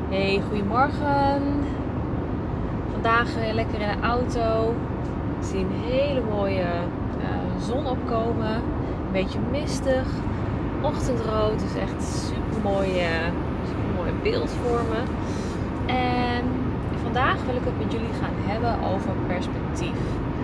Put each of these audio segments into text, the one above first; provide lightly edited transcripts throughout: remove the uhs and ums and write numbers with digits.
Hey, goedemorgen. Vandaag lekker in de auto. Ik zie een hele mooie zon opkomen. Een beetje mistig. Ochtendrood. Dus echt super mooi beeld voor me. En vandaag wil ik het met jullie gaan hebben over perspectief.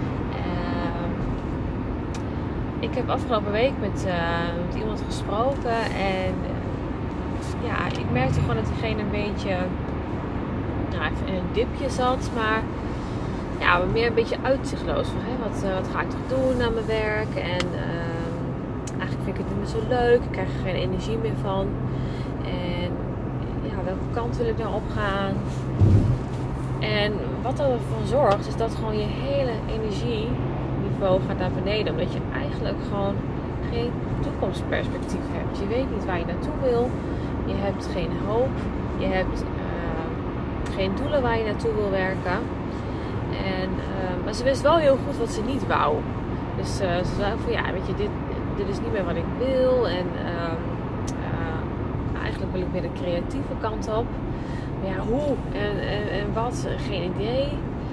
Ik heb afgelopen week met iemand gesproken. En ik merkte gewoon dat diegene een beetje even in een dipje zat. Maar meer een beetje uitzichtloos. Wat ga ik toch doen aan mijn werk? En eigenlijk vind ik het niet meer zo leuk. Ik krijg er geen energie meer van. En welke kant wil ik nou opgaan? En wat ervoor zorgt is dat gewoon je hele energieniveau gaat naar beneden. Omdat je eigenlijk gewoon geen toekomstperspectief hebt. Je weet niet waar je naartoe wil. Je hebt geen hoop. Je hebt geen doelen waar je naartoe wil werken. Maar ze wist wel heel goed wat ze niet wou. Dus ze zei van weet je, dit is niet meer wat ik wil. En eigenlijk wil ik weer de creatieve kant op. Maar hoe en wat, geen idee.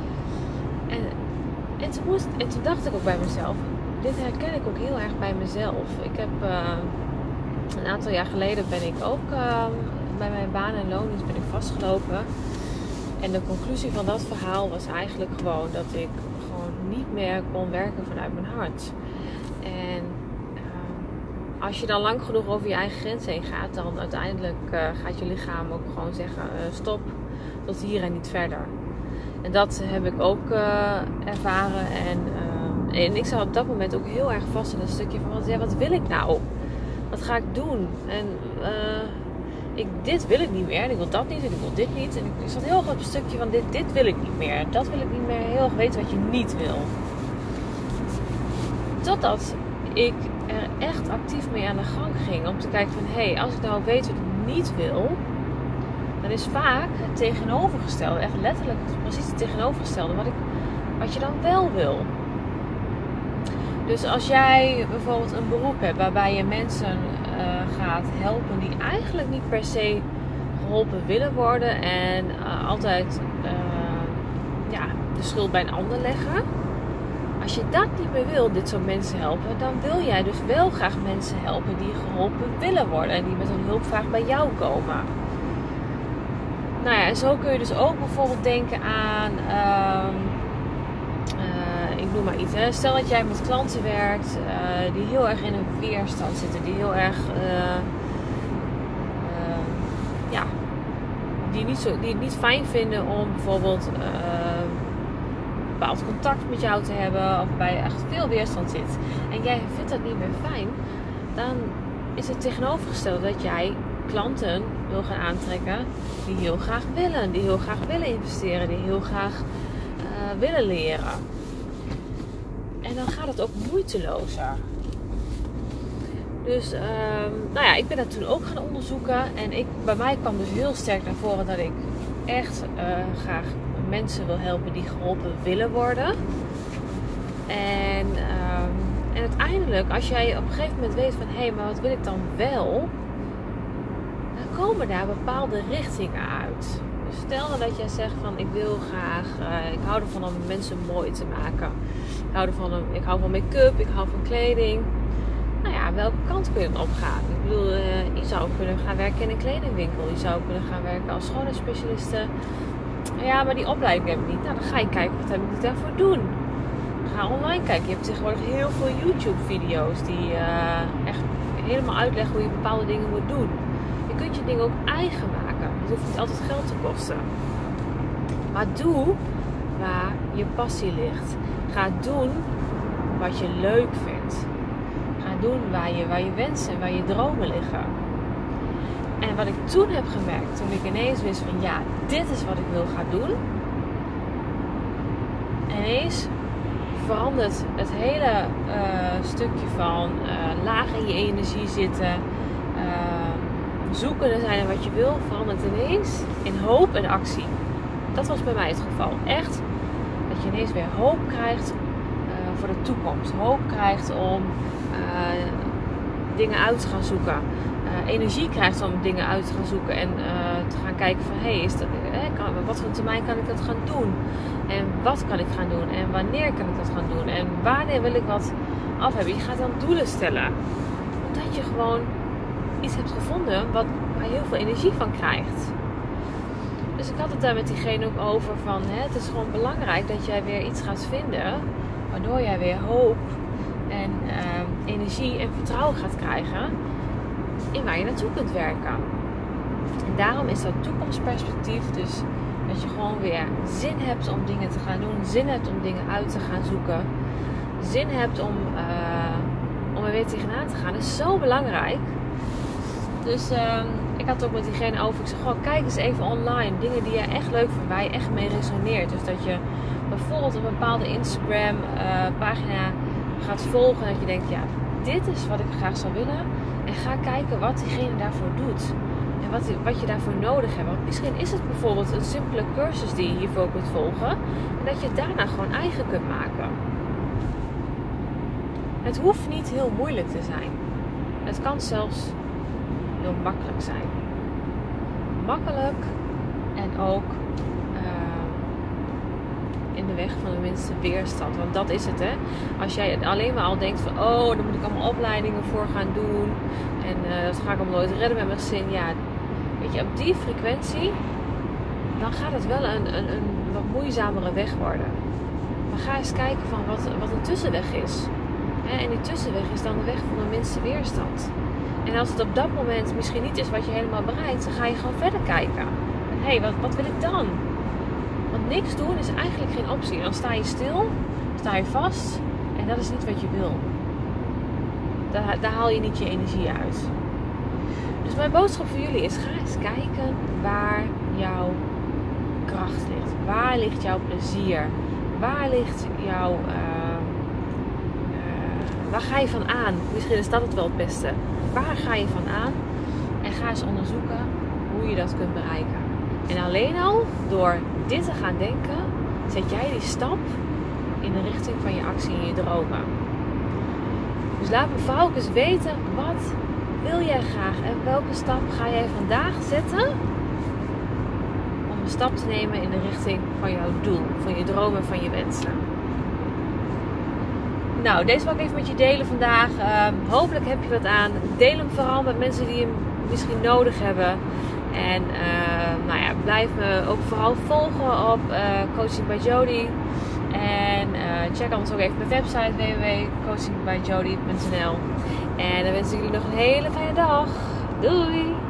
En toen dacht ik ook bij mezelf, dit herken ik ook heel erg bij mezelf. Ik heb een aantal jaar geleden ben ik ook bij mijn baan en loondienst ben ik vastgelopen. En de conclusie van dat verhaal was eigenlijk gewoon dat ik gewoon niet meer kon werken vanuit mijn hart. En als je dan lang genoeg over je eigen grens heen gaat, dan uiteindelijk gaat je lichaam ook gewoon zeggen stop, tot hier en niet verder. En dat heb ik ook ervaren. En ik zat op dat moment ook heel erg vast in een stukje van wat wil ik nou? Wat ga ik doen? En dit wil ik niet meer. En ik wil dat niet. En ik wil dit niet. En ik zat heel erg op een stukje van dit wil ik niet meer. Dat wil ik niet meer. Heel erg weten wat je niet wil. Totdat ik er echt actief mee aan de gang ging. Om te kijken van als ik nou weet wat ik niet wil. Dan is vaak het tegenovergestelde. Echt letterlijk precies het tegenovergestelde. Wat je dan wel wil. Dus als jij bijvoorbeeld een beroep hebt waarbij je mensen gaat helpen die eigenlijk niet per se geholpen willen worden en altijd de schuld bij een ander leggen. Als je dat niet meer wil, dit soort mensen helpen, dan wil jij dus wel graag mensen helpen die geholpen willen worden en die met een hulpvraag bij jou komen. En zo kun je dus ook bijvoorbeeld denken aan ik noem maar iets. Stel dat jij met klanten werkt die heel erg in een weerstand zitten. Die heel erg die het niet fijn vinden om bijvoorbeeld bepaald contact met jou te hebben. Of waarbij je echt veel weerstand zit. En jij vindt dat niet meer fijn. Dan is het tegenovergesteld dat jij klanten wil gaan aantrekken die heel graag willen. Die heel graag willen investeren. Die heel graag willen leren. En dan gaat het ook moeitelozer. Dus ik ben dat toen ook gaan onderzoeken. En bij mij kwam dus heel sterk naar voren dat ik echt graag mensen wil helpen die geholpen willen worden. En uiteindelijk, als jij op een gegeven moment weet van maar wat wil ik dan wel? Dan komen daar bepaalde richtingen uit. Dus stel nou dat jij zegt van ik wil graag, ik hou ervan om mensen mooi te maken. Ik hou van make-up, ik hou van kleding. Welke kant kun je dan op gaan? Ik bedoel, je zou kunnen gaan werken in een kledingwinkel. Je zou kunnen gaan werken als schoonheidsspecialiste. Maar die opleiding heb ik niet. Dan ga je kijken, wat heb ik daarvoor doen? Ga online kijken. Je hebt tegenwoordig heel veel YouTube-video's die echt helemaal uitleggen hoe je bepaalde dingen moet doen. Je kunt je dingen ook eigen maken. Het hoeft niet altijd geld te kosten. Maar doe waar je passie ligt. Ga doen wat je leuk vindt. Ga doen waar je wensen en waar je dromen liggen. En wat ik toen heb gemerkt, toen ik ineens wist van dit is wat ik wil gaan doen. Ineens verandert het hele stukje van laag in je energie zitten. Zoekende zijn en wat je wil, verandert ineens in hoop en actie. Dat was bij mij het geval. Echt dat je ineens weer hoop krijgt voor de toekomst. Hoop krijgt om dingen uit te gaan zoeken. energie krijgt om dingen uit te gaan zoeken. En te gaan kijken van wat voor termijn kan ik dat gaan doen? En wat kan ik gaan doen? En wanneer kan ik dat gaan doen? En wanneer wil ik wat af hebben? Je gaat dan doelen stellen. Omdat je gewoon iets hebt gevonden waar je heel veel energie van krijgt. Dus ik had het daar met diegene ook over van het is gewoon belangrijk dat jij weer iets gaat vinden waardoor jij weer hoop en energie en vertrouwen gaat krijgen in waar je naartoe kunt werken. En daarom is dat toekomstperspectief dus dat je gewoon weer zin hebt om dingen te gaan doen, zin hebt om dingen uit te gaan zoeken, zin hebt om er weer tegenaan te gaan, is zo belangrijk. Dus ik had het ook met diegene over. Ik zeg gewoon, kijk eens even online. Dingen die je echt leuk vindt, waar je echt mee resoneert. Dus dat je bijvoorbeeld een bepaalde Instagram pagina gaat volgen. En dat je denkt, ja, dit is wat ik graag zou willen. En ga kijken wat diegene daarvoor doet. En wat je daarvoor nodig hebt. Want misschien is het bijvoorbeeld een simpele cursus die je hiervoor kunt volgen. En dat je het daarna gewoon eigen kunt maken. Het hoeft niet heel moeilijk te zijn. Het kan zelfs heel makkelijk zijn. Makkelijk en ook in de weg van de minste weerstand. Want dat is het, hè. Als jij alleen maar al denkt van dan moet ik allemaal opleidingen voor gaan doen. En dat ga ik allemaal nooit redden met mijn gezin. Ja, weet je, op die frequentie dan gaat het wel een wat moeizamere weg worden. Maar ga eens kijken van wat een tussenweg is. En die tussenweg is dan de weg van de minste weerstand. En als het op dat moment misschien niet is wat je helemaal bereikt, dan ga je gewoon verder kijken. En wat wil ik dan? Want niks doen is eigenlijk geen optie. Dan sta je stil, sta je vast en dat is niet wat je wil. Daar haal je niet je energie uit. Dus mijn boodschap voor jullie is, ga eens kijken waar jouw kracht ligt. Waar ligt jouw plezier? Waar ligt jouw... waar ga je van aan? Misschien is dat het wel het beste. Waar ga je van aan? En ga eens onderzoeken hoe je dat kunt bereiken. En alleen al door dit te gaan denken, zet jij die stap in de richting van je actie en je dromen. Dus laat me vooral ook eens weten, wat wil jij graag en welke stap ga jij vandaag zetten om een stap te nemen in de richting van jouw doel, van je dromen, van je wensen. Nou, deze wil ik even met je delen vandaag. Hopelijk heb je wat aan. Deel hem vooral met mensen die hem misschien nodig hebben. En blijf me ook vooral volgen op Coaching by Jody. En check anders ook even mijn website www.coachingbyjody.nl. En dan wens ik jullie nog een hele fijne dag. Doei!